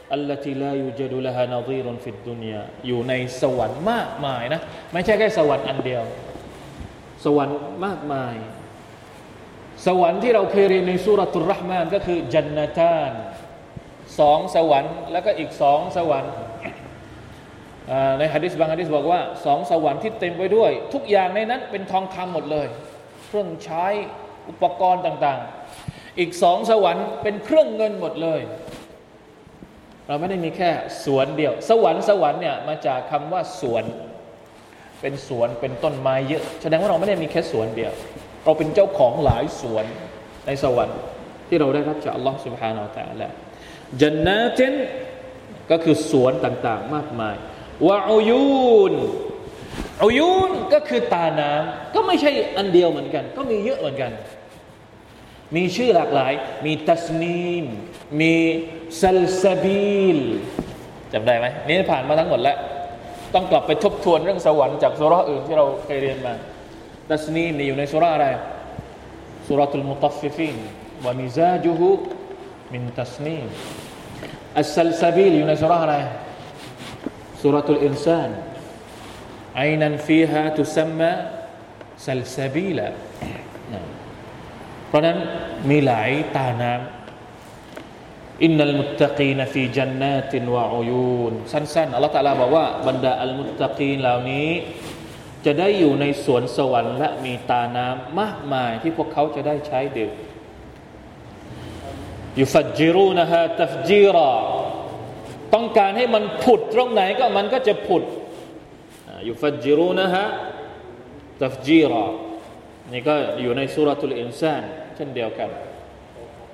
อัลลตีลายูจดุลฮานาซีรุนฟิดดุนยาอยู่ในสวรรค์มากมายนะไม่ใช่แค่สวรรค์อันเดียวสวรรค์มากมายสวรรค์ที่เราเคยเรียนในซูเราะตุรเราะห์มานก็คือญันนะตานสองสวรรค์แล้วก็อีกสองสวรรค์ในหะดีษบางหะดีษบอกว่าสองสวรรค์ที่เต็มไปด้วยทุกอย่างในนั้นเป็นทองคำหมดเลยเครื่องใช้อุปกรณ์ต่างๆอีกสองสวรรค์เป็นเครื่องเงินหมดเลยเราไม่ได้มีแค่สวนเดียวสวรรค์เนี่ยมาจากคำว่าสวนเป็นสวนเป็นต้นไม้เยอะแสดงว่าเราไม่ได้มีแค่สวนเดียวเราเป็นเจ้าของหลายสวนในสวรรค์ที่เราได้รับจากอัลลอฮฺ سبحانه และ تعالى ญันนาตินก็คือสวนต่างๆมากมายวะอุยูนก็คือตาน้ำก็ไม่ใช่อันเดียวเหมือนกันก็มีเยอะเหมือนกันมีชื่อหลากหลายมีตัสนีมมีซัลซาบีลจำได้ไหมนี่ผ่านมาทั้งหมดแล้วต้องกลับไปทบทวนเรื่องสวรรค์จากซูเราะห์อื่นที่เราเคยเรียนมาตัสนีมนี่อยู่ในซูเราะห์อะไรซูเราะตุลมุตัฟฟิฟีนวะมิซาจุฮุมินตัสนีมอัสซัลซาบีลอยู่ในซูเราะห์อะไรซูเราะตุลอินซานอัยนันฟีฮาตุซัมมาซัลซาบีลเพราะนั้นมีหลายตาน้ำอินนัลมุตตะกีนฟีญันนาตินวะอุยูนสั้นๆอัลเลาะห์ตะอาลาบอกว่าบรรดาอัลมุตตะกีนเหล่านี้จะได้อยู่ในสวนสวรรค์และมีตาน้ำมากมายที่พวกเขาจะได้ใช้ดื่มยุฟัจจิรูนะฮะตัฟจีรอต้องการให้มันผุดตรงไหนก็มันก็จะผุดยุฟัจจิรูนะฮะตัฟจีรอนี่ก็อยู่ในซูเราะตุลอินซานเช่นเดียวกัน